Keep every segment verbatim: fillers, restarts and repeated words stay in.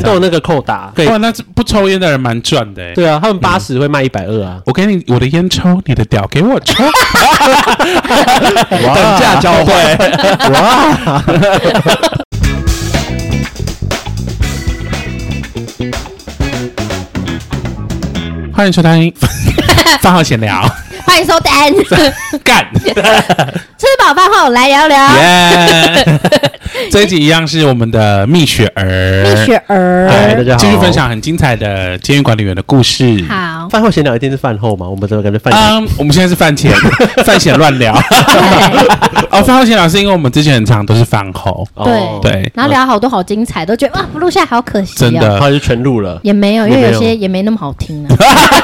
都有那个扣打。 哇，那不抽烟的人蛮赚的哎。 对啊，他们八十会卖一百二啊。 我给你我的烟抽，你的屌给我抽。 等价交换。哇！ 欢迎收听饭后闲聊， 欢迎收单干吃饱饭后来聊聊。 耶！这一集一样是我们的蜜雪儿， 蜜雪儿， 嗨，大家好， 继续分享很精彩的监狱管理员的故事。 好， 饭后闲聊一定是饭后嘛？我们怎么感觉饭前？ 嗯，我们现在是饭前，饭前乱聊。哦，饭后闲聊是因为我们之前很常都是饭后， 对对， 然后聊好多好精彩，都觉得哇不录下来好可惜、啊， 真的， 然后就全录了， 也没有，因为也没有有些也没那么好听啊。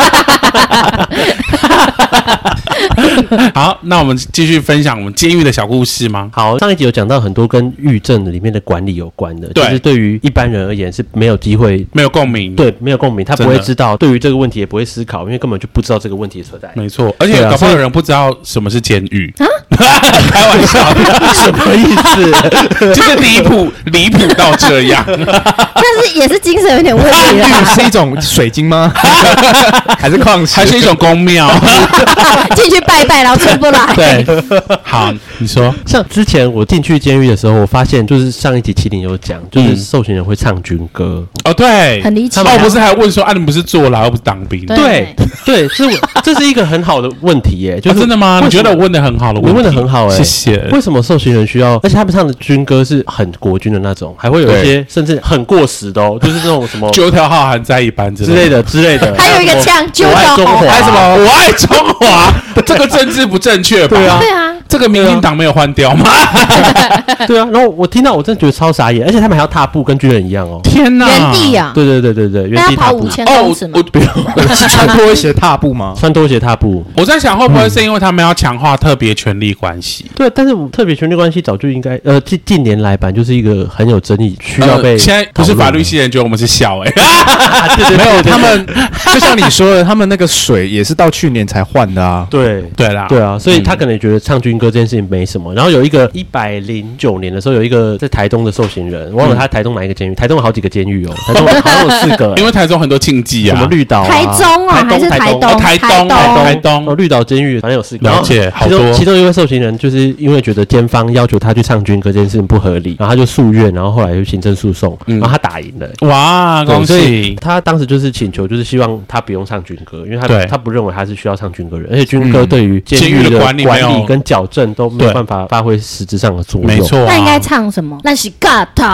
好，那我们继续分享我们监狱的小故事吗？ 好，上一集有讲到很多跟狱政里面的管理有关的， 对就是对于一般人而言是没有机会， 没有共鸣， 对，没有共鸣，他不真的会知道，对于这个问题也不会思考，因为根本就不知道这个问题的存在。 没错，而且对啊搞不好有人不知道什么是监狱啊，开玩笑， 什么意思？ 就是离谱，离谱到这样。 但是也是精神有点问题了， 是一种水晶吗？还是矿石？ 还是一种宫庙？ 进去拜拜，然后出不来。 对，好，你说， 像之前我进去监狱的时候，我发现就是上一集麒麟有讲，就是受刑人会唱军歌。 哦，对， 很离奇。 哦，不是还问说啊，你们不是坐牢又不是当兵？ 对对对，这是这是一个很好的问题耶，就是、 哦、真的吗？你觉得我问的很好的问题？ 你问的很好哎， 谢谢。 为什么受刑人需要？而且他们唱的军歌是很国军的那种，还会有一些甚至很过时的哦，就是那种什么九条浩瀚在一般之之类的之类的。 还有一个唱九条中华， 还什么我爱中华，这个政治不正确吧？ 对啊， 对啊。 这个民进党没有换掉吗？ 对啊，然后我听到我真的觉得超傻眼，而且他们还要踏步，跟军人一样哦。 天哪！ 原地啊！ 对对对对对，原地踏步。 跑五千公尺吗？ 哦，不用， 是穿拖鞋踏步吗？ 穿拖鞋踏步。 我在想会不会是因为他们要强化特别权力关系？ 对，但是特别权力关系早就应该呃近近年来版就是一个很有争议，需要被、呃、 现在不是法律系人觉得我们是小哎、 欸，对对对， 没有他们就像你说的，他们那个水也是到去年才换的啊。 对对啦， 对啊，所以他可能也觉得唱军歌这件事情没什么。然后有一个一百零九年的时候，有一个在台东的受刑人，忘了他台东哪一个监狱？台东有好几个监狱哦，台东好像有四个， 因为台中很多禁忌啊， 什么绿岛、啊、 台中啊，还是台东？ 哦、台东哦， 台东哦，绿岛监狱反正有四个。 了解，好多。 其中其中一位受刑人就是因为觉得监方要求他去唱军歌这件事情不合理，然后他就诉愿，然后后来就行政诉讼，嗯、然后他打赢了。 哇，恭喜！ 他当时就是请求，就是希望他不用唱军歌，因为他他不认为他是需要唱军歌人，而且军歌对于监狱的管理跟矫正都没有办法发挥实质上的作用。 没错、啊， 那应该唱什么？那是尬头，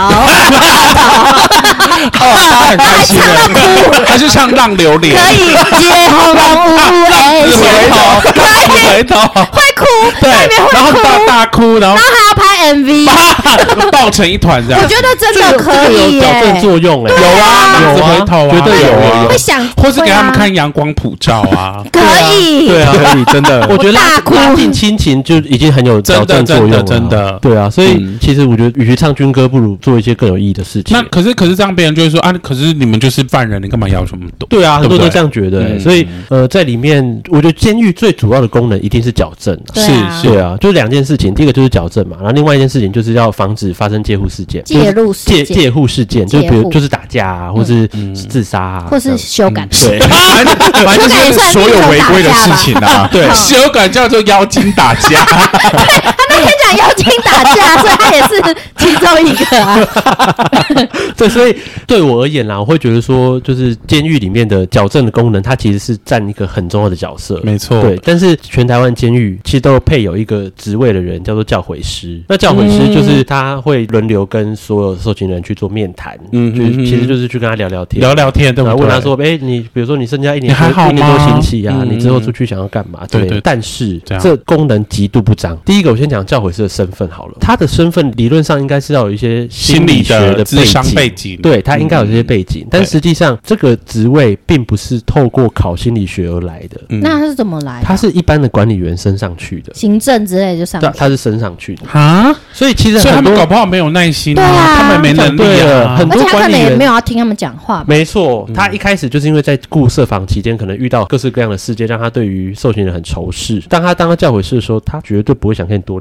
他很开心的，他就唱浪流连， 可以接后浪无回头， 可以回头会哭， 对，然后大大哭，然后然后还要拍 M V， 抱成一团这样。 我觉得真的可以耶， 矫正作用哎， 有啊， 有啊， 回头绝对有啊， 会想， 或是给他们看阳光普照啊， 可以， 对啊， 可以，真的， 我觉得拉拉近亲情就已经很有矫正作用了， 真的， 对啊，所以其实我觉得，与其唱军歌，不如做一些更有意义的事情。 那可是可是这样，别人就会说啊，可是你们就是犯人，你干嘛要求那么多？ 对啊，很多人都这样觉得、欸嗯。所以呃，在里面，我觉得监狱最主要的功能一定是矫正， 是是，对啊，就是两件事情，第一个就是矫正嘛，然后另外一件事情就是要防止发生介护事件， 介入事件、 介介护事件，就比如就是打架啊，或是自杀啊， 或是修改， 对， 反正就是所有违规的事情啊， 对，修改叫做妖精打架。 他那天讲妖精打架，所以他也是其中一个啊。 对，所以对我而言啦，我会觉得说，就是监狱里面的矫正的功能，它其实是占一个很重要的角色。 没错， 对。但是全台湾监狱其实都有配有一个职位的人，叫做教诲师。那教诲师就是他会轮流跟所有受刑人去做面谈，嗯，就其实就是去跟他聊聊天， 聊聊天，对不对？ 然后问他说，哎、欸，你比如说你剩下一年， 你还好吗？ 一年多刑期啊、嗯，你之后出去想要干嘛？对对。但是这功能极度不彰。第一个，我先讲教诲师的身份好了，他的身份理论上应该是要有一些心理学的背景， 背景对他应该有这些背景，嗯、但实际上这个职位并不是透过考心理学而来的。 嗯、那他是怎么来的？ 他是一般的管理员升上去的， 行政之类就上去， 他是升上去的啊。 所以其实所以他们搞不好没有耐心、啊， 对啊， 他们没能力啊。 很多管理员也没有要听他们讲话。 没错，他一开始就是因为在顾设防期间，可能遇到各式各样的事件，让他对于受刑人很仇视。当他当他教诲师的时候，他绝对不会想跟你多聊两句。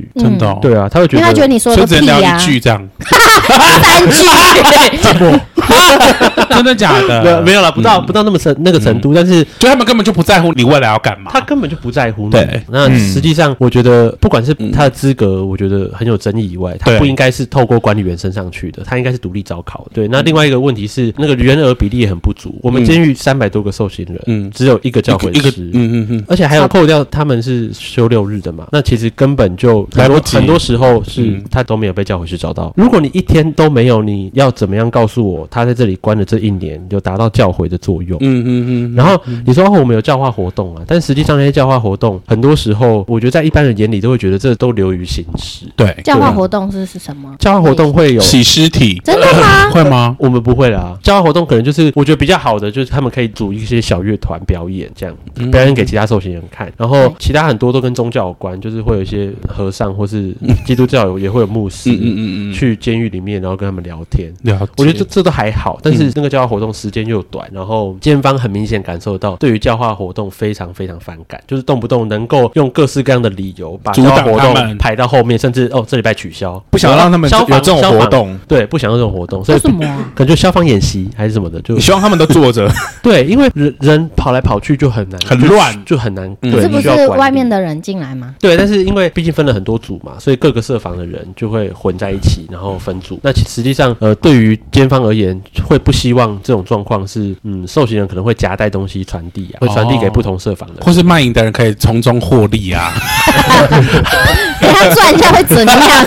去， 真的、哦， 对啊，他会觉得， 因为他觉得你说的就只能聊屁呀、 一句这样， 三句， 真的假没有的？ 没有啦，不到、 嗯不到那么深那个程度，但是就他们根本就不在乎你未来要干嘛， 他根本就不在乎你。 对那实际上我觉得不管是他的资格，我觉得很有争议以外，他对不应该是透过管理员升上去的，他应该是独立招考的。对，那另外一个问题是那个员额比例也很不足，我们监狱三百多个受刑人， 嗯只有一个教诲一个， 师。 嗯嗯嗯， 而且还有扣掉他们是休六日的嘛，那其实根本就来不及很多时候是嗯他都没有被教诲师找到。如果你一天都没有，你要怎么样告诉我他在这里关了这一年有达到教诲的作用？ 嗯嗯嗯， 然后你说、哦、我们有教化活动啊，但实际上那些教化活动很多时候，我觉得在一般人眼里都会觉得这都流于形式。 对， 教化活动是是什么？ 教化活动会有。 洗尸体， 真的吗？ 会吗？ 我们不会啦，教化活动可能就是我觉得比较好的，就是他们可以组一些小乐团表演，这样、 嗯、 表演给其他受刑人看。然后其他很多都跟宗教有关，就是会有一些和尚或是基督教有也会有牧师， 嗯嗯嗯嗯， 去监狱里面，然后跟他们聊天。 了解， 我觉得这这都还好，但是那个教化活动时间又短，然后监方很明显感受到对于教化活动非常非常反感，就是动不动能够用各式各样的理由把教化活动排到后面，甚至哦这礼拜取消， 不想让他们有这种活动， 对，不想要这种活动，所以为什么、啊？ 可能就消防演习还是什么的，就你希望他们都坐着， 对，因为人人跑来跑去就很难， 很乱， 就很难。 嗯、 对， 是不是外面的人进来吗？ 对，但是因为毕竟分了很多组嘛，所以各个设防的人就会混在一起，然后分组。那实际上，呃，对于监方而言，会不希望这种状况是，嗯，受刑人可能会夹带东西传递啊，会传递给不同设防的人， 或是卖淫的人可以从中获利啊。 给他赚一下会怎样？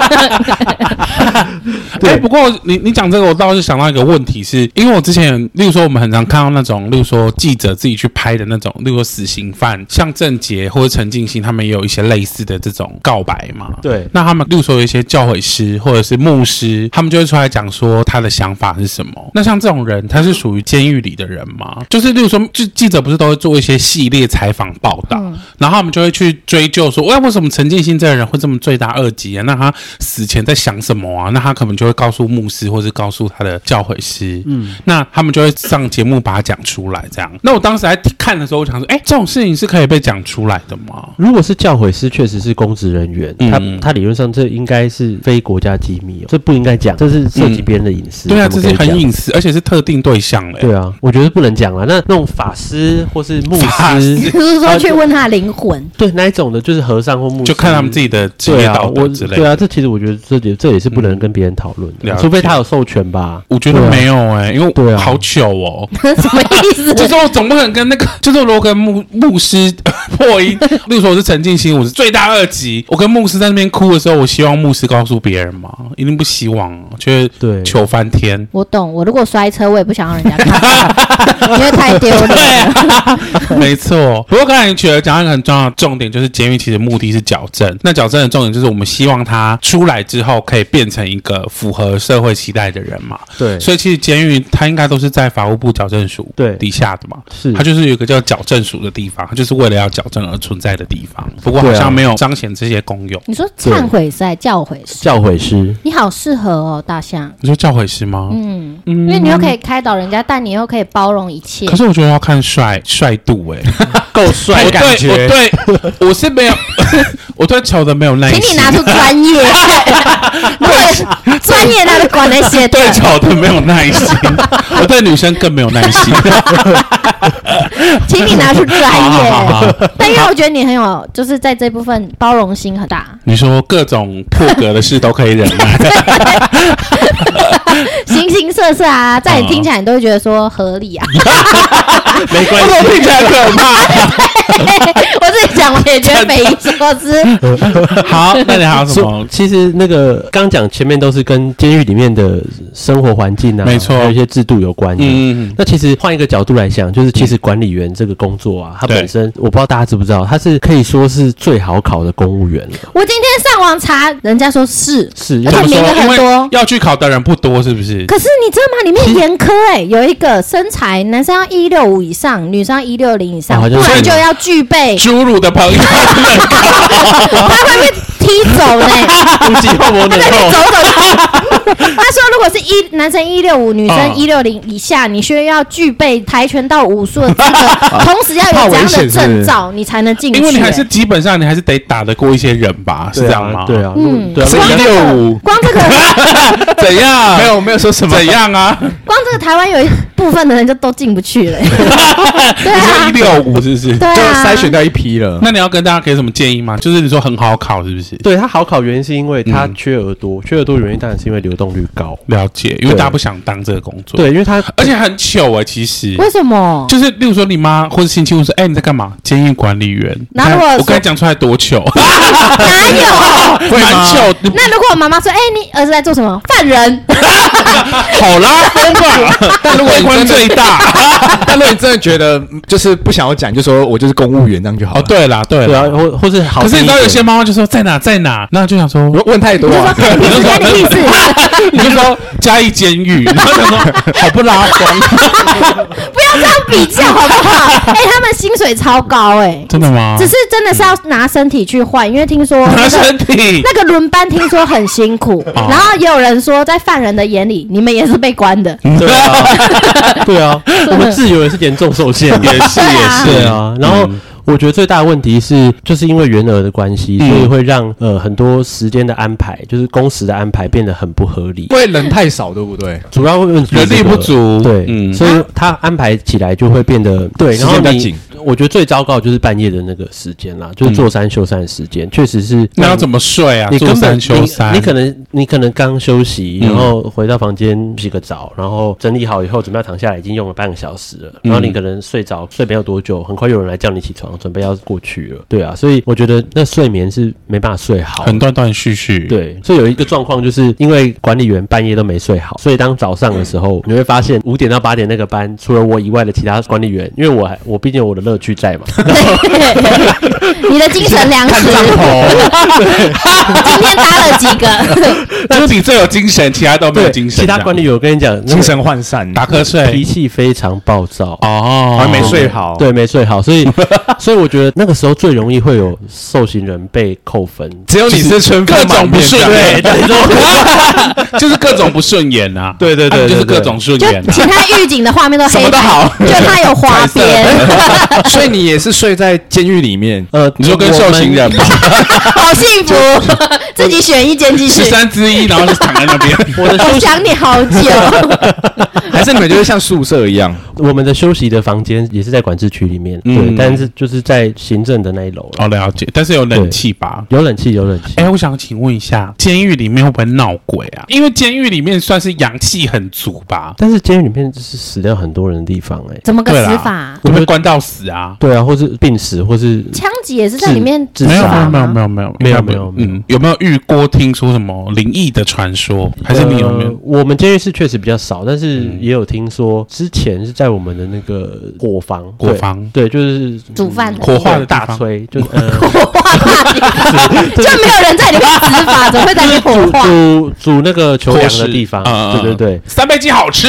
对、欸，不过你你讲这个，我倒是想到一个问题是，是因为我之前，例如说我们很常看到那种，例如说记者自己去拍的那种，例如说死刑犯，像郑捷或者陈进兴，他们也有一些类似的这种告白嘛。 对， 那他们例如说有一些教诲师或者是牧师，他们就会出来讲说他的想法是什么。那像这种人，他是属于监狱里的人吗？就是例如说，就记者不是都会做一些系列采访报道，嗯、然后他们就会去追究说，喂，为什么陈进兴这个人会这么罪大恶极啊？那他死前在想什么啊？那他可能就会告诉牧师，或是告诉他的教诲师，嗯，那他们就会上节目把它讲出来，这样。那我当时在看的时候，我想说，哎，这种事情是可以被讲出来的吗？ 如果是教诲师，确实是公职人员， 嗯、 他他理论上这应该是非国家机密哦，这不应该讲，这是涉及别人的隐私。 嗯、对啊，这是很隐私，而且是特定对象嘞。 对啊，我觉得不能讲了。那那种法师或是牧师， 就是说去问他的灵魂， 对那一种的，就是和尚或牧师， 就看他们自己的职业道德之类的。 对啊，这其实我觉得这也这也是不能跟别人讨论的， 嗯、 除非他有授权吧。 我觉得没有哎、欸，因为对啊， 好糗哦。 什么意思？ 就是我总不可能跟那个，就是如果跟牧牧师破音，例如说我是陈进兴，我是罪大恶极，我跟牧师在那边哭的时候，我希望牧师告诉别人吗？一定不希望，觉得对糗翻天。 我懂，我如果摔车，我也不想让人家看，因为太丢脸了。 没错，不过刚才你觉得讲一个很重要的重点，就是监狱其实目的是矫正。那矫正的重点就是我们希望他出来之后可以变成一个符合社会期待的人嘛。 对， 所以其实监狱它应该都是在法务部矫正署底下的嘛。 是， 它就是有一个叫矫正署的地方，它就是为了要矫正而存在的地方。不过好像没有彰显这些功用。 你说忏悔师、教诲师、 教诲师， 你好适合哦，大象。 你说教诲师吗？ 嗯，因为你又可以开导人家，但你又可以包容一切。 可是我觉得要看帅帅度哎、欸， 够帅感觉。 我对，我对我是没有，我对丑的没有耐心。 请你拿出专业，如果专业他的管那些， 对丑的没有耐心，我对女生更没有耐心。 请你拿出专业。但因为我觉得你很有，就是在这部分包容心很大。 你说各种破格的事都可以忍耐， 形形色色啊，在你听起来你都会觉得说合理啊。 没关系， 我听起来可怕。 我自己讲我也觉得匪夷所思。 好，那你还有什么？ 其实那个刚讲前面都是跟监狱里面的生活环境啊， 没错， 还有一些制度有关的。 嗯， 那其实换一个角度来想，就是其实管理员这个工作啊，它本身我不知道大家知不知道，它是可以说是最好考的公务员了。 我今天上网查，人家说是是， 而且名额很多， 要去考的人不多，是不是？ 可是你知道吗？里面严苛哎、欸，有一个身材，男生要一六五以上，女生要一六零以上，哦、不然就要具备侏儒的朋友。 他会被踢走呢， 攻击后模能他后。 走走。他说，如果是一男生一六五，女生一六零以下，你需要具备跆拳道武术的资格，同时要有这样的证照，你才能进去。 因为你还是基本上你还是得打得过一些人吧，是这样吗？ 对啊， 嗯， 对啊， 是一六五， 光这个怎样？ 没有没有说什么怎样啊？ 光这个台湾有一部分的人就都进不去了。对啊一，六五是不是？ 就对啊， 筛选掉一批了。 那你要跟大家给什么建议吗？就是你说很好考是不是？ 对他好考原因是因为他缺额多，缺额多原因当然是因为流动率高。 了解，因为大家不想当这个工作。 对，因为他而且很糗哎、其实为什么？ 就是例如说你妈或者亲戚问说，哎、你在干嘛？监狱管理员。 然后如果说我刚才讲出来多糗， 哪有？ 会蛮糗。你那如果我妈妈说：“哎、你儿子在做什么？犯人。 好拉风吧？ 但如果你官真的最大。 但如果你真的觉得就是不想要讲，就说我就是公务员这样就好了。 哦，对啦，对对啊， 啦。 或或是好听一点。 可是你知道有些妈妈就说在哪在哪，那就想说， 我问太多啊， 你是干你屁事？ 你就说嘉义监狱，然后想说好不拉风， 不要这样比较好不好？哎、他们薪水超高哎、 真的吗？ 只是真的是要拿身体去换，因为听说那拿个身体。 那个轮班听说很辛苦， 哦然后也有人说在犯人的眼里，你们也是被关的。 对啊，对啊，我们自由也是严重受限， 也是对啊也是对啊。然后我觉得最大的问题是，就是因为员额的关系， 嗯所以会让呃很多时间的安排，就是工时的安排变得很不合理。 因为人太少，对不对？ 主要问题是人力这个不足对， 嗯所以他安排起来就会变得对，然后你时间比较紧我觉得最糟糕就是半夜的那个时间啦，就是做三休三的时间，确实是那要怎么睡啊？做你根本三休三， 你，你可能你可能刚休息， 嗯然后回到房间洗个澡，然后整理好以后准备要躺下来，已经用了半个小时了。然后你可能睡着睡没有多久，很快有人来叫你起床，准备要过去了。对啊，所以我觉得那睡眠是没办法睡好的。 很断断续续。 对，所以有一个状况，就是因为管理员半夜都没睡好，所以当早上的时候，你会发现五点到八点那个班，除了我以外的其他管理员，因为我还我毕竟有我的乐趣在嘛， 你的精神粮食，今天搭了几个？ 就是你最有精神，其他都没有对， 精神。 其他管理员我跟你讲， 精神涣散， 打瞌睡脾气非常暴躁。 哦， 还没睡好。 对，没睡好，所以所以我觉得那个时候最容易会有受刑人被扣分。 只有你是春各风满面种不顺眼， 对就是各种不顺眼啊。 对对对对对就是各种顺就眼啊。 其他狱警的画面都黑什么都好白，就他有花边， 所以你也是睡在监狱里面。 呃， 你说跟受刑人吗？ 好幸福，自己选一间继续十。三之一，然后就躺在那边。 我我的休息， 想你好久， 还是你们就是像宿舍一样？ 我们的休息的房间也是在管制区里面， 嗯对，但是就是在行政的那一楼啦哦，了解，但是有冷气吧？ 有冷气，有冷气。 哎，我想请问一下，监狱里面会不会闹鬼啊？因为监狱里面算是阳气很足吧？ 但是监狱里面就是死掉很多人的地方、欸，哎， 怎么个对啦死法？ 会不会关到死啊？ 对啊，或是病死，或是枪击也是在里面自没有没有自杀没有没有没有没有应该没有没有嗯，有没有遇过听说什么灵异的传说？还是你有没有呃？我们监狱是确实比较少，但是也有听说，之前是在我们的那个伙房， 伙房对，对就是煮饭的， 火化的地大方炊，就是呃， 火化大地就没有人在里面执法，怎么会在里面火化？ 煮煮那个球粮的地方， 嗯对对对， 三杯鸡好吃。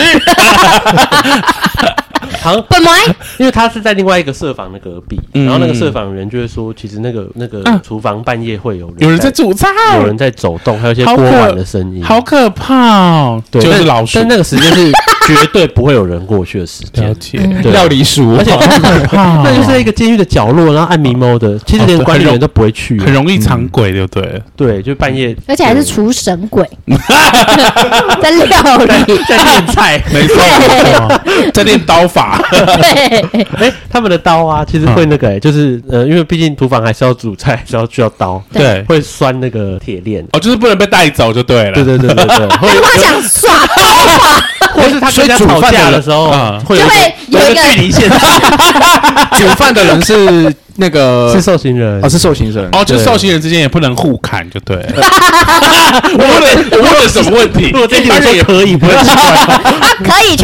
好像本来因为他是在另外一个舍房的隔壁， 嗯然后那个舍房人就会说，其实那个那个嗯厨房半夜会有人有人在煮菜， 有人在走动，还有一些锅好可碗的声音， 好可怕哦！ 对， 就是但老鼠。 但那个时间是绝对不会有人过去的时间了。解， 对料理鼠， 而且好可怕哦， 那就是在一个监狱的角落，然后暗迷蒙的，其实连哦对管理员都不会去， 很容易藏鬼，对不对？ 对，就半夜， 而且还是厨神鬼，在料理， 在练菜。 没错，没错在练刀法。 对， 哎，他们的刀啊，其实会那个，哎，就是呃，因为毕竟厨房还是要煮菜，还是要需要刀， 对， 会拴那个铁链。 哦，就是不能被带走就对了。 对对对对对，会他想耍刀法， 或是他跟人家吵架的时候嗯， 会有就会有一个距离线， 煮饭的人是那个是受刑人哦，是受刑人。 哦，就是对受刑人之间也不能互砍，就对了。我问了，我问了什么问题？ 如果这题我说可以，不会奇怪。 啊，可以全部都砍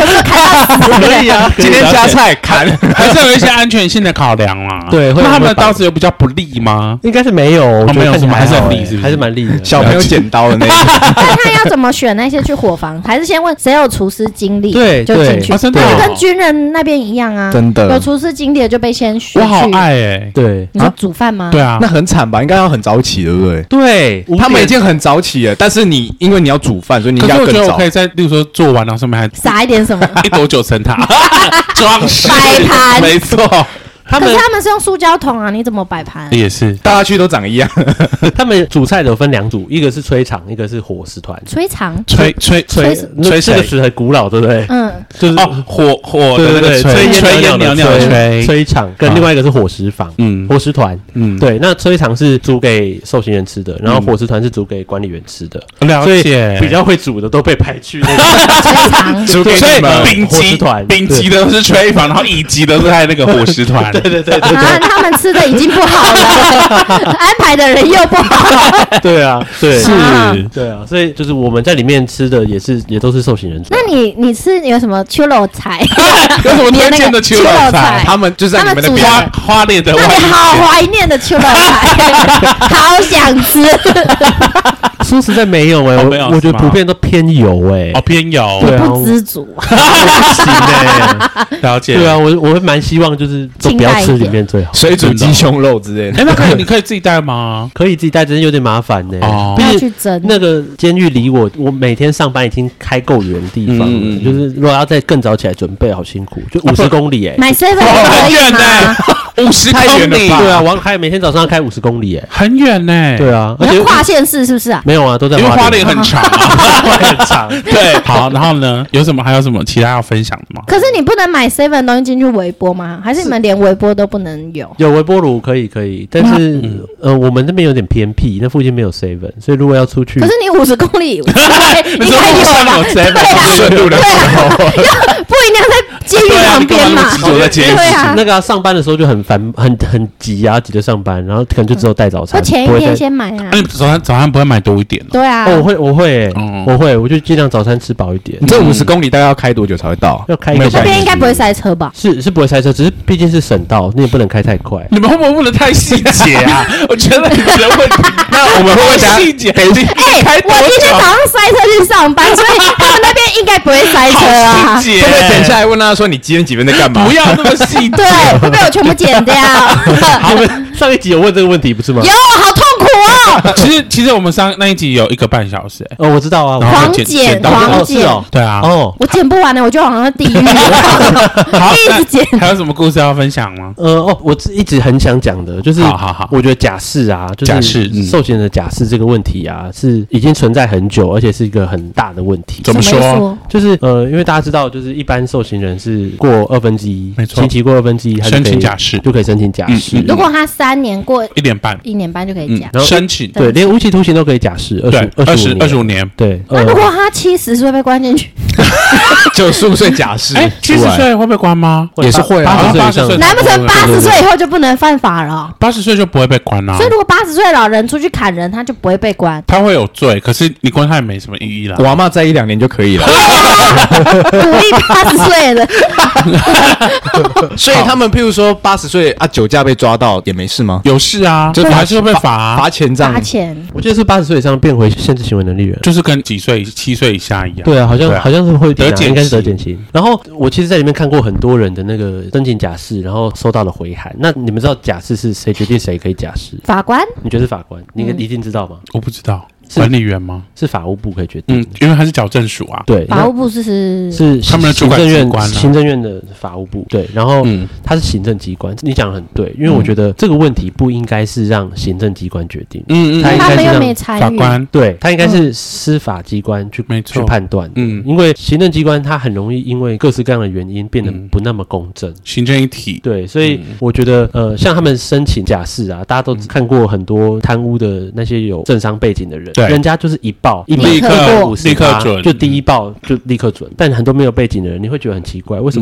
可以啊， 今天加菜砍， 还是有一些安全性的考量啦。 对， 那他们的刀子有比较不利吗？ 应该是没有，我觉得看起来还是很好利是不是还是蛮利的。 小朋友剪刀的那种。 那他要怎么选那些去伙房？还是先问谁有厨师经历， 对就进去， 对哦真的哦就跟军人那边一样啊， 真的有厨师经历的就被先选去。 我好爱哎， 对你说煮饭吗？ 对啊那，很惨吧？应该要很早起，对不对？ 对， 他们已经很早起了，但是你因为你要煮饭，所以你可是我觉要更早。 得我可以在，例如说做完，然后上面还撒一点什么？ 一朵九层塔装饰摆盘没错， 他们可是他们是用塑胶桶啊，你怎么摆盘？ 也是。 大家去都长一样。 他们煮菜的有分两组，一个是炊场，一个是伙食团。 吹长， 吹吹炊炊那炊谁这个词很古老，对不对？ 嗯， 就是哦，火火对对对， 的那个炊炊炊烟袅袅的炊炊， 炊场，跟另外一个是伙食坊， 嗯伙食团。 嗯， 对，那炊场是煮给受刑人吃的，然后伙食团是煮给管理员吃的。 了所以解。 比较会煮的都被排去那个吹长， 煮给所以你们丙伙食级团丙级的都是炊房，然后乙级的都是在那个伙食团。 对对对对啊，他们吃的已经不好了，安排的人又不好。 对啊，对是啊对啊，所以就是我们在里面吃的也是也都是受刑人煮的。 那你你吃有什么秋肉菜？ 有什么推荐的秋秋老菜肉菜？ 他们就在你们那边他们煮的花花莲的那外里好怀念的秋肉菜，好想吃。 说实在没有哎、 哦没有我我觉得是吗普遍都偏油哎、 哦偏油， 对啊不知足， 不行哎、 了解。 对啊，我我会蛮希望就是都不要吃里面最好， 水煮鸡胸肉之类的。 哎，那可以，你可以自己带吗？ 可以自己带，真的有点麻烦呢、 哦毕要去竟蒸。 那个监狱离我我每天上班已经开够远的地方了， 嗯嗯嗯就是如果要再更早起来准备，好辛苦，就五十公里哎、 买 seven 哦可以很远吗？ 呢，五十太公里， 远了吧对啊，我要开每天早上要开五十公里哎、 很远呢。 对啊，而且你要跨县市是不是啊？ 没有啊，都在因为花花莲很长啊。 花莲很长。 对，好，然后呢，有什么还有什么其他要分享的吗？ 可是你不能买 seven 东西进去微波吗？还是你们连微波都不能有？ 有微波炉可以可以，但是、 嗯呃，我们那边有点偏僻，那附近没有 seven，所以如果要出去， 可是你五十公里，应该你说路上有 seven， 对啊， 顺路的时候， 不一定要在监狱旁边嘛。 对啊你干嘛那么急着在监狱对啊， 那个、啊、上班的时候就很烦，很很急啊，急着上班，然后可能就只有带早餐， 我前一天不会带。 先买啊那。你早餐早餐不会买多一点哦？ 对啊， 哦，我会我会、欸嗯我会，我就尽量早餐吃饱一点你。这五十公里大概要开多久才会到？ 要开一个小那时， 边应该不会塞车吧？ 是是不会塞车，只是毕竟是省道，你也不能开太快。 你们会不会问的太细节啊？我觉得你们的问题，那我们会不会细节？ 哎， 开多我今天久早上塞车去上班，所以他们那边应该不会塞车啊好。细节， 会不会等下来问他说你几点几分在干嘛？ 不要那么细节。 对，会被我全部剪掉。 好，我们上一集有问这个问题不是吗？ 有，好痛苦哦。 其实其实我们上那一集有一个半小时，哎哦，我知道啊，我然后狂就剪剪， 到狂剪。 哦是哦， 对啊。 哦， 我剪不完呢，我就好像在地狱， 好， 一直剪。 那还有什么故事要分享吗？ 呃哦，我一直很想讲的，就是好好好我觉得假释啊，就是假释嗯受刑人的假释这个问题啊，是已经存在很久，而且是一个很大的问题。 怎么什么意说？ 思？ 就是呃，因为大家知道，就是一般受刑人是过二分之一， 没错刑期过二分之一，他就申可以请假释就可以申请假释。 嗯嗯如果他三年过一点半， 一年半就可以嗯讲，， 然后申请对，连无期徒刑都可以假释，二对十二十十二十五年。 对， 那呃如果他七十岁被关进去， 九十五岁假释， 哎，七十岁会被关吗？ 也是会啊八十岁以上八十岁难不成八十岁以后就不能犯法了？ 八十岁就不会被关啦所以，如果八十岁的老人出去砍人，他就不会被关。 他会有罪，可是你关他也没什么意义啦。 我阿嬷在一两年就可以了。 鼓励八十岁的， 所以他们譬如说八十岁啊，酒驾被抓到也没事吗？ 有事啊， 就就还是会被罚啊， 罚钱这样罚。钱。 我记得是八十岁以上变回限制行为能力人。 就是跟几岁七岁以下一样。 对啊，好像对啊好像是会得减应该是得刑减刑。然后我其实在里面看过很多人的那个申请假释，然后收到了回函。那你们知道假释是谁决定谁可以假释？ 法官你觉得是法官？你嗯一定知道吗？ 我不知道是管理员吗？ 是法务部可以决定嗯。，因为他是矫正署啊。 对， 法务部是是是他们的主管行政院机关啊行政院的法务部对，然后嗯它是行政机关。你讲得很对，因为我觉得这个问题不应该是让行政机关决定， 嗯嗯， 他应该是让他们又没参与， 法官对，它应该是司法机关去没错去判断。 嗯因为行政机关它很容易因为各式各样的原因变得嗯不那么公正。 行政一体。 对，所以嗯我觉得，呃，像他们申请假释啊，大家都看过很多贪污的那些有政商背景的人， 对人家就是一报一立刻百过五十立刻准就第一报就立刻准。但很多没有背景的人，你会觉得很奇怪，为什么我到七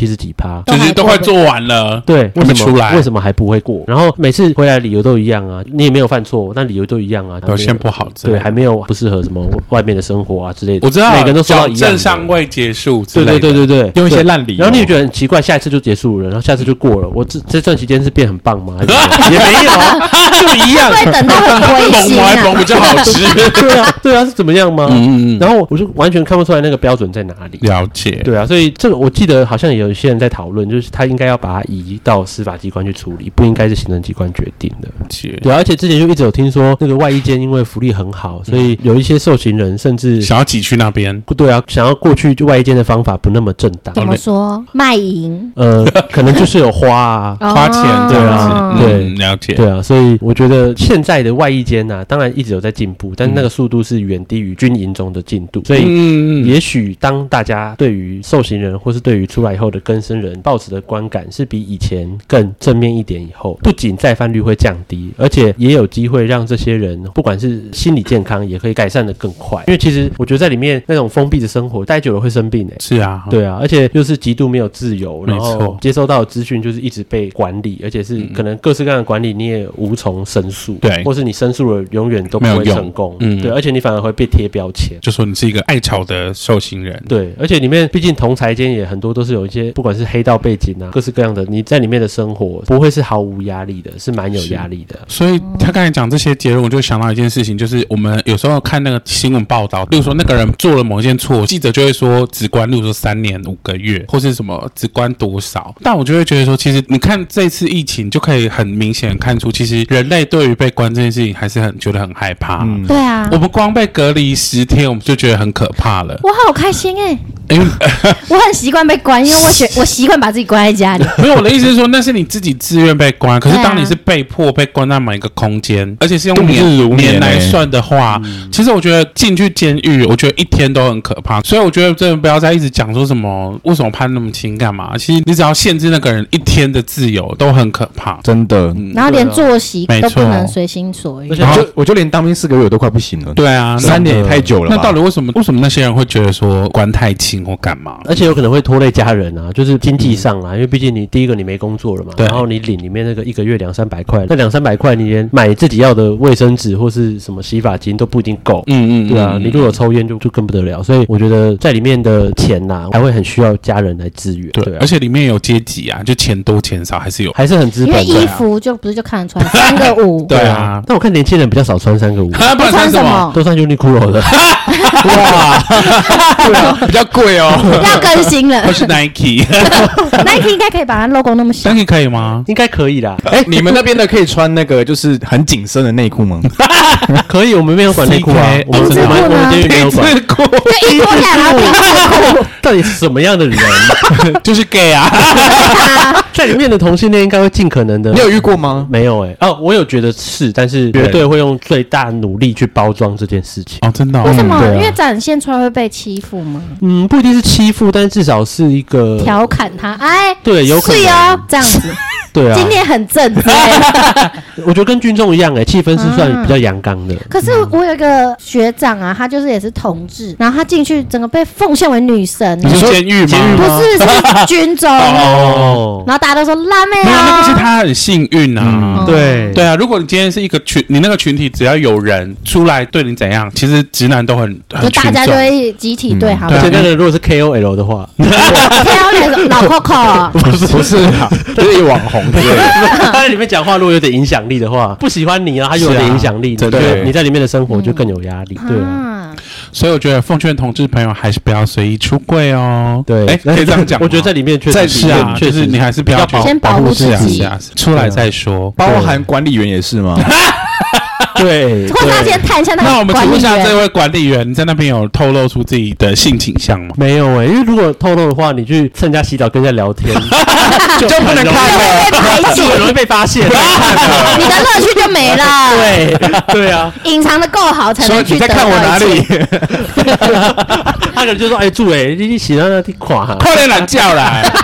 十几趴， 就是都快做完了， 对，为什么出来为什么还不会过？然后每次回来理由都一样啊，你也没有犯错，但理由都一样啊， 表现不好之类的， 对，还没有不适合什么外面的生活啊之类的。 我知道， 每个人都说到一样的， 正尚未结束之类的， 对对对对对， 用一些烂理由， 然后你也觉得很奇怪，下一次就结束了，然后下次就过了，我这这段期间是变很棒吗？也没有啊，就一样， 会等到很灰蹦心啊。 来蹦比较好吃， 对啊，对啊，是怎么样吗？ 嗯嗯嗯， 然后我就完全看不出来那个标准在哪里。 了解， 对啊，所以这个我记得好像有一些人在讨论，就是他应该要把它移到司法机关去处理，不应该是行政机关决定的。对啊，而且之前就一直有听说那个外衣间因为福利很好，所以有一些受刑人甚至想要挤去那边。 对啊，想要过去就外衣间的方法不那么正当。 怎么说？卖淫？ 呃，可能就是有花啊， 花钱这样子， 哦嗯对， 了解。 对啊，所以我觉得现在的外衣间呢，当然一直有在进步，但是那个速度是远低于军营中的进度。所以， 嗯， 也许当大家对于受刑人或是对于出来以后的更生人抱持的观感是比以前更正面一点以后，不仅再犯率会降低，而且也有机会让这些人不管是心理健康也可以改善的更快。因为其实我觉得在里面那种封闭的生活待久了会生病哎、欸。 是啊， 对啊，而且又是极度没有自由，然后没错接收到的资讯就是一直被管理，而且是可能各式各样的管理你也无从申诉， 对或是你申诉了永远都不会没有用成功， 嗯对，而且你反而会被贴标签。 就说你是一个爱吵的受刑人， 对，而且里面毕竟同才间也很多都是有一些不管是黑道背景啊，各式各样的，你在里面的生活不会是毫无压力的，是蛮有压力的。 所以他刚才讲这些结论，我就想到一件事情，就是我们有时候看那个新闻报道，例如说那个人做了某一件错，记者就会说只关，例如说三年五个月，或是什么只关多少。但我就会觉得说，其实你看这次疫情，就可以很明显看出，其实人类对于被关这件事情还是很觉得很害怕。嗯， 对啊， 我们光被隔离十天，我们就觉得很可怕了。 我好开心哎、 因为我很习惯被关，因为我选我习惯把自己关在家里。 没有，我的意思是说，那是你自己自愿被关。可是对啊当你是被迫被关在某一个空间，而且是用度日年如年年来欸算的话，其实我觉得进去监狱，我觉得一天都很可怕。所以我觉得真的不要再一直讲说什么为什么判那么轻干嘛。其实你只要限制那个人一天的自由，都很可怕。 真的。 然后连作息没错都不能随心所欲而。且我就我就连当兵四个月我都快不行了， 对啊， 三年也太久了吧。 那到底为什么为什么那些人会觉得说关太轻或干嘛？ 而且有可能会拖累家人啊，就是经济上啊，因为毕竟你第一个你没工作了嘛， 对然后你领里面那个一个月两三百块，那两三百块你连买自己要的卫生纸或是什么洗发精都不一定够， 嗯嗯， 对啊， 嗯你如果抽烟就就更不得了，所以我觉得在里面的钱呐、还会很需要家人来支援， 对， 对啊而，且里面有阶级啊，就钱多钱少还是有。 还是很资因为衣本的啊。 服就不是就看得出来三个五， 对啊， 但我看年轻人比较少穿三个五， 啊，不然穿什穿什么？ 么？ 都穿 Uniqlo 的。 哇，对啊，比较贵哦。 要更新了或是 Nike，Nike ，Nike 应该可以把它 logo 那么小。 可以吗？ 应该可以啦， 哎，你们那边的可以穿那个就是很紧身的内裤吗？ 可以，我们没有管内裤啊 C K，， 我们丁字裤呢我们我们监狱没有管。 裤就一脱下来然后拼字裤， 到底是什么样的人？ 就是 gay 啊， 在里面的同性恋应该会尽可能的。 你有遇过吗？ 没有哎、哦，我有觉得是，但是绝对会用最大努力去包装这件事情。 哦，真的哦， 为什么？ 对啊因为展现出来会被欺负吗？ 嗯，不一定是欺负，但是至少是一个调侃他，哎， 对，有可能是哦，这样子。 对啊。 今天很正之类的。 我觉得跟军中一样哎、气氛是算比较阳刚的。 可是我有一个学长啊，他就是也是同志，然后他进去整个被奉献为女神， 你说监狱吗？ 不是是军中， 哦， 然后大家都说辣妹没有，那个是啊， 他很幸运啊。 嗯对对啊，如果你今天是一个群，你那个群体只要有人出来对你怎样，其实直男都很就很群大家就众。 会集体对他对啊而且们。 那个如果是 K O L 的话， 挑那个老 Coco， 不是不是啊，就是网红之类的。 他在里面讲话如果有点影响力的话，不喜欢你啊，他又有点影响力， 是啊你就对你在里面的生活就更有压力。对啊， 啊， 所以我觉得奉劝同志朋友还是不要随意出柜哦。 对， 哎，可以这样讲吗。 我觉得在里面确在实是啊， 确实就是你还是不要去先保护自己是啊是啊，是出来再说。 包含管理员也是吗？ 对， 或者他先探一下那那我个管理们请问一下这员， 位管理员，你在那边有透露出自己的性倾向吗？ 没有哎、因为如果透露的话，你去趁人家洗澡跟人家聊天，就就不能看了。 被排挤就，很容易被发现。 你的乐趣就没了。 对对啊， 隐藏的够好才说能去你在看我哪里？ 他可能就说：“哎、住哎、你你洗到那地垮。” 快点懒觉来！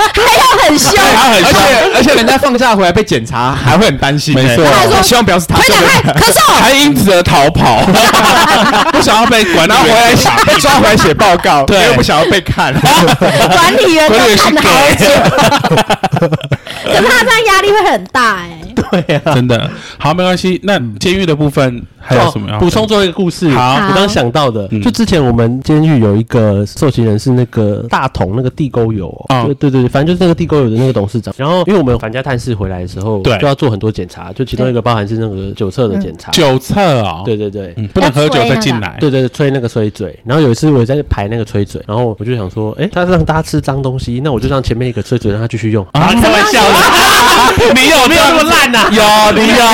要很凶， 而且而且人家放假回来被检查，还会很担心。 没错， 他还说希望不要是他， 快点快咳嗽， 还因此而逃跑，不想要被管理然后回来员被抓回来写报告， 对又不想要被看。 管理员都看得好久，可是他这样压力会很大哎。 对啊， 真的好，没关系。那监狱的部分还有什么要哦补充最后一个故事？ 好我刚想到的， 嗯就之前我们监狱有一个受刑人是那个大同那个地沟油、哦， 嗯对对对，反正就是那个地沟油的那个董事长。然后因为我们返家探视回来的时候， 对就要做很多检查，就其中一个包含是那个酒测的检查。 酒测哦， 对对对。 嗯，不能喝酒再进来。 对对对，吹那个吹嘴，然后有一次我在排那个吹嘴，然后我就想说，哎，他让大家吃脏东西，那我就让前面一个吹嘴让他继续用。 啊，开玩笑的，你有没有那么烂呐、 有你有，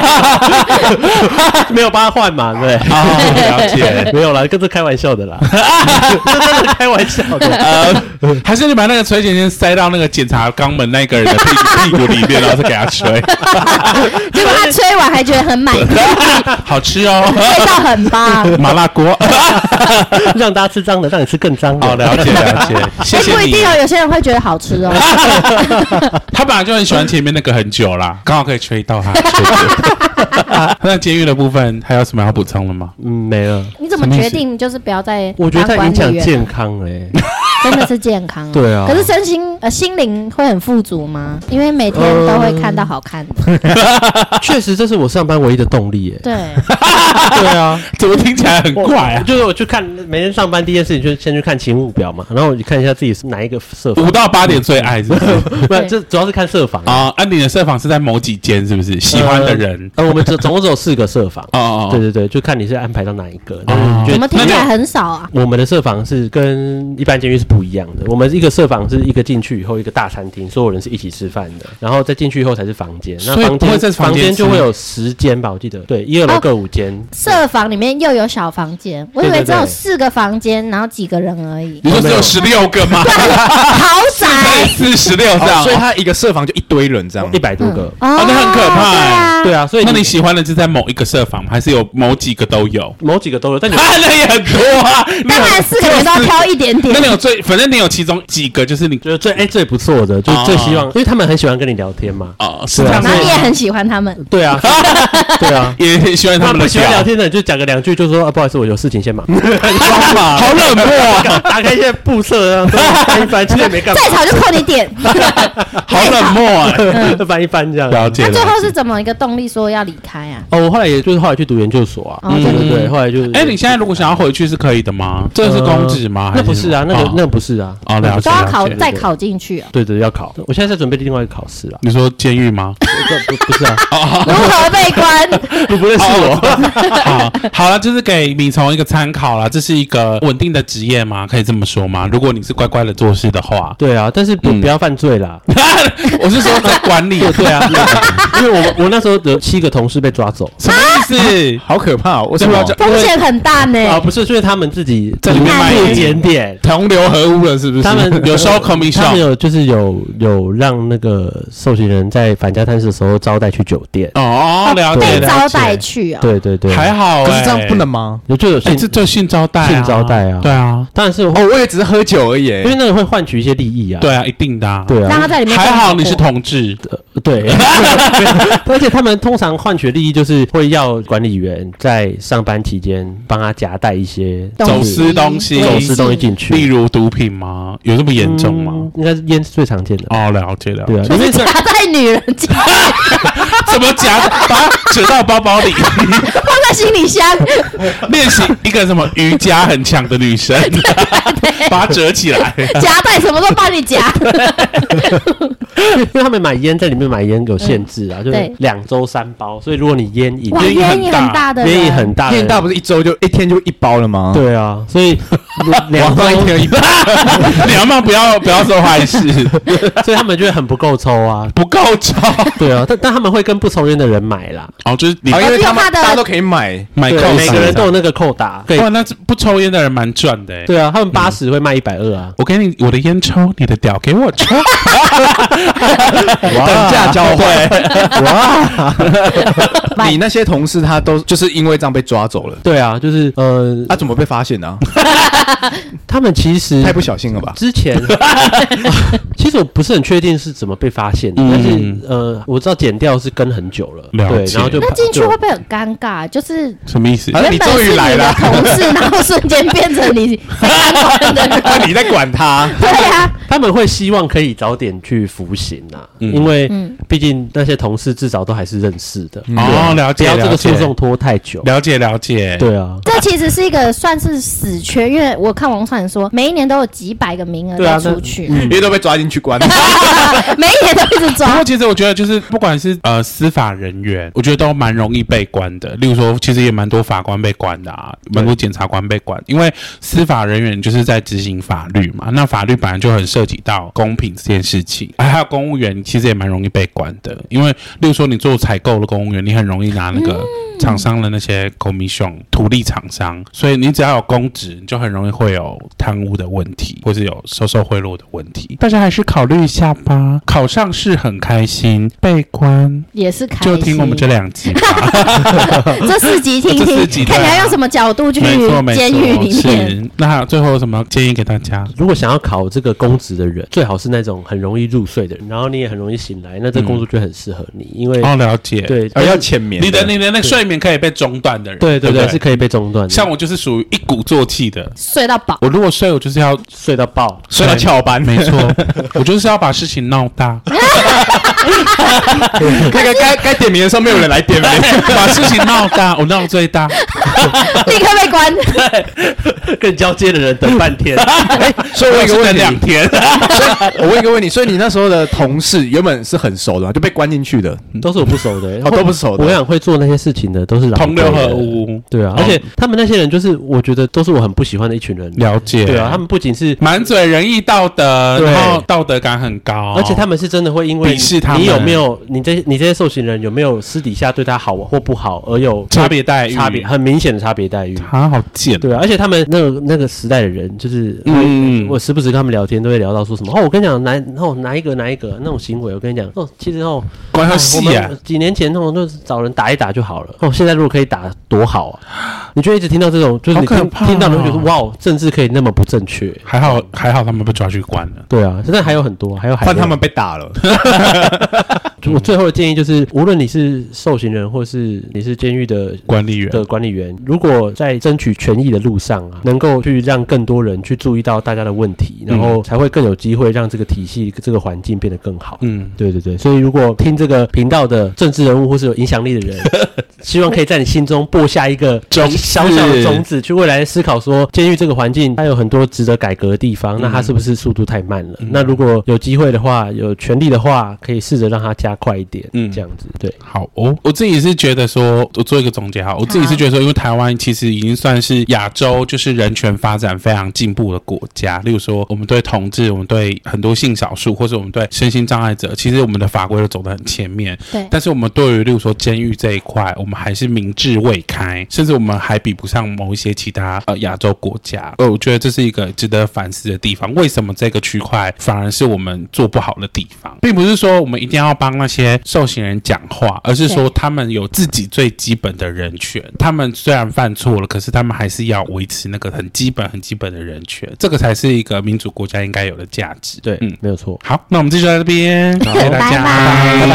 没有帮他换嘛，对不对？ 哦，了解。 没有啦，跟这开玩笑的啦，这真的开玩笑的。 呃，还是你把那个吹剪先塞到那个检查肛门那个人的屁屁股里面，然后再给他吹， 结果他吹完还觉得很满意， 好吃哦， 味道很棒。 麻辣锅。 让大家吃脏的，让你吃更脏的。 好，了解了解，谢哎， 谢你不一定。哦，有些人会觉得好吃哦。 他本来就很喜欢前面那个很久啦，刚好可以吹到他。吹到那监狱的部分还有什么要补充的吗？ 嗯，没了。 你怎么决定就是不要再我觉得它当影响管理员？ 健康哎、 真的是健康、哦。 对啊可是身心呃心灵会很富足吗？因为每天都会看到好看的。 确实这是我上班唯一的动力哎、 对， 对啊， 怎么听起来很我怪啊？ 就是我去看每天上班第一件事情就是先去看勤务表嘛，然后我就看一下自己是哪一个社房五。到八点最爱是不是？ 不是，这主要是看社房啊。 啊，安迪的社房是在某几间是不是？喜欢的人。 呃，我们总总共只有四个社房。 哦哦哦， 对对对，就看你是安排到哪一个。但是你觉怎得么听起来很少啊？ 我们的社房是跟一般监狱是不一样的。我们一个社房是一个进去以后一个大餐厅，所有人是一起吃饭的，然后再进去以后才是房间。那所以房间不会在房房间吃间就会有十间吧，我记得。对，一二楼各五间。 社房里面又有小房间，我以为只有四个房间，然后几个人而已。 你说只有十六个吗？ 豪宅四十六这样， 所以他一个社房就一堆人这样一。百多个。 哦那很可怕对啊， 对啊，所以那你喜欢的是在某一个社房吗，还是有某几个都有？ 某几个都有，但你啊，那也很多啊。你有当然四个人都要挑一点点那。你有最，反正你有其中几个就是你觉得最哎最不错的，就是最希望，因为他们很喜欢跟你聊天嘛。 哦，是这样然后你也很喜欢他们， 对啊，对啊。 也很喜欢他们的他们不喜欢聊笑， 天的，就讲个两句，就说啊，不好意思，我有事情先忙。 好冷漠啊， 打开一些布色，然后翻一翻，其实也没干嘛， 再吵就扣你点。 好冷漠啊。 翻一翻这样。 了解了那最后是怎么一个动力说要离开啊？ 哦，我后来也就是后来去读研究所啊， 哦对对对，后来就是。 哎，你现在如果想要回去是可以的吗？这是公职吗？ 那不是啊，那个那不是啊。 哦，了解都要考了解。 再考进去啊？ 对对，要考。我现在在准备另外一个考试啊。 你说监狱吗？ 不不不是啊， 如何被关？ 你不认识我。 好，好了，就是给米虫一个参考啦。这是一个稳定的职业吗？可以这么说吗？如果你是乖乖的做事的话， 对啊，但是不嗯不要犯罪啦。 我是说在管理， 对啊，因为我我那时候有七个同事被抓走。 什么意思？ 好可怕！为什么？ 风险很大呢。 啊，不是，就是他们自己在里面卖不检点。 同流合污了，是不是？ 他们有收他们 commission， 有就是有有让那个受刑人在返家探视的时候招待去酒店。 哦，了解了解。 被招待去啊？ 对对对， 还好欸， 可是这样不能吗？ 有就有哎， 性这就性招待啊， 性招待啊对啊， 当然是哦，我也只是喝酒而已。 因为那个会换取一些利益啊。 对啊，一定的啊， 对啊， 让他在里面还好你是生活同志， 呃对，而且他们通常换取利益就是会要管理员在上班期间帮他夹带一些东西走私东西走私东西进去， 例如毒品吗？有这么严重吗？ 嗯应该是烟是最常见的。 哦，了解了解。 对啊， 就是夹在女人家， 怎么夹？把它折到包包里， 放在行李箱。 练习一个什么瑜伽很强的女生，把它折起来。 夹带什么都帮你夹。 因为他们买烟在里面买烟有限制啊，就是对两周三包，所以如果你烟瘾哇， 烟瘾很烟瘾很大的人， 烟瘾很大的人， 电大不是一周就一天就一包了吗？， 对啊，所以两周晚上一天一包。 你要嘛不要不要做坏事， 所以他们就会很不够抽啊。 不够抽。 对啊，但但他们会跟不抽烟的人买啦， 哦，就是你哦，因为他们用他的大家都可以买。 对买扣每个人都有那个扣打，对哇，那这不抽烟的人蛮赚的欸。 对啊，他们八十会卖一百二啊。 我给你我的烟抽，你的屌给我抽。 等价交换。 哇， 你那些同事他都就是因为这样被抓走了， 对啊，就是呃， 他怎么被发现呢？ 他们其实太不小心了吧？ 之前，其其实我不是很确定是怎么被发现的， 嗯、 但是呃，我知道剪掉是跟很久了， 了对，然后就那进去会不会很尴尬？就是什么意思？ 啊你终于来了， 同事，然后瞬间变成你在管的人， 那你在管他？ 对啊， 他们会希望可以早点去服刑啊， 嗯、 因为毕竟那些同事至少都还是认识的。 嗯、哦，了解， 不要这个诉讼拖太久。 了解了解， 对啊， 这其实是一个算是死缺，因为我看网上说，每一年都有几百个名额要出去， 因为都被抓进去关， 每一年都一直抓。 不过其实我觉得，就是不管是呃司法人员，我觉得都蛮容易被关的。例如说，其实也蛮多法官被关的啊，蛮多检察官被关，因为司法人员就是在执行法律嘛。那法律本来就很涉及到公平这件事情，还有公务员其实也蛮容易被关的，因为例如说你做采购的公务员，你很容易拿那个厂商的那些 commission 图利厂商，所以你只要有公职，你就很容易会有贪污的问题，或是有收受贿赂的问题。大家还是考虑一下吧。考上是很开心，被关也是开心， 就听我们这两集吧。 这四集听听，看你要用什么角度去监狱里面。 那还有最后有什么建议给大家？ 如果想要考这个公职的人，最好是那种很容易入睡的人，然后你也很容易醒来，那这个工作就很适合你，因为哦了解， 对， 而要浅眠， 你的你的那个睡眠可以被中断的人， 对对对，是可以被中断的。 像我就是属于一鼓作气的， 睡到饱。 我如果睡，我就是要睡到爆， 睡到翘班， 没错，我就是要把事情闹大。 那个该该点名的时候没有人来点名， 把事情闹大，我闹最大， 立刻被关。 对，跟交接的人等半天， 哎，所以我问一个问题， 两天。 我问一个问题，所以你那时候的同事原本是很熟的嘛，就被关进去的， 都是我不熟的， 哦，都不熟的。 我想会做那些事情的都是同流合污， 对啊，而且他们那些人就是我觉得都是我很不喜欢的一群人。 了解， 对啊，他们不仅是满嘴仁义道德，然后道德感很高， 而且他们是真的会因为鄙视他们， 你有没有你这你这些受刑人有没有私底下对他好或不好，而有差别待遇， 差别很明显的差别待遇。 他好贱， 对啊，而且他们那个那个时代的人，就是嗯，我时不时跟他们聊天都会聊到说什么哦，我跟你讲哪哦哪一个哪一个那种行为，我跟你讲哦，其实哦关很细啊， 几年前那种就找人打一打就好了哦，现在如果可以打多好啊！你就一直听到这种，就是你听、哦、听到的会觉得哇，政治可以那么不正确。 还好还好他们被抓去关了。 对啊，现在还有很多，还有换他们被打了。 我最后的建议就是，无论你是受刑人，或是你是监狱的管理员的管理员，如果在争取权益的路上啊，能够去让更多人去注意到大家的问题，然后才会更有机会让这个体系、这个环境变得更好。嗯，对对对。所以如果听这个频道的政治人物或是有影响力的人，希望可以在你心中播下一个小小的种子，去未来思考说，监狱这个环境它有很多值得改革的地方，嗯、那它是不是速度太慢了？嗯、那如果有机会的话，有权利的话，可以试着让它加快一点。嗯，这样子对。 好哦，我自己是觉得说，我做一个总结哈，我自己是觉得说，因为台湾其实已经算是亚洲就是人权发展非常进步的国家，例如说我们对同志，我们对很多性少数，或者我们对身心障碍者，其实我们的法规都走得很前面。 对。 但是我们对于例如说监狱这一块，我们还是民智未开，甚至我们还比不上某一些其他呃亚洲国家。呃，我觉得这是一个值得反思的地方。为什么这个区块反而是我们做不好的地方？并不是说我们一定要帮那些受刑人讲话，而是说他们有自己最基本的人权。他们虽然犯错了，可是他们还是要维持那个很基本、很基本的人权。这个才是一个民主国家应该有的价值。 对，嗯，没有错。 好，那我们继续在这边，谢谢大家， 拜拜。 拜拜。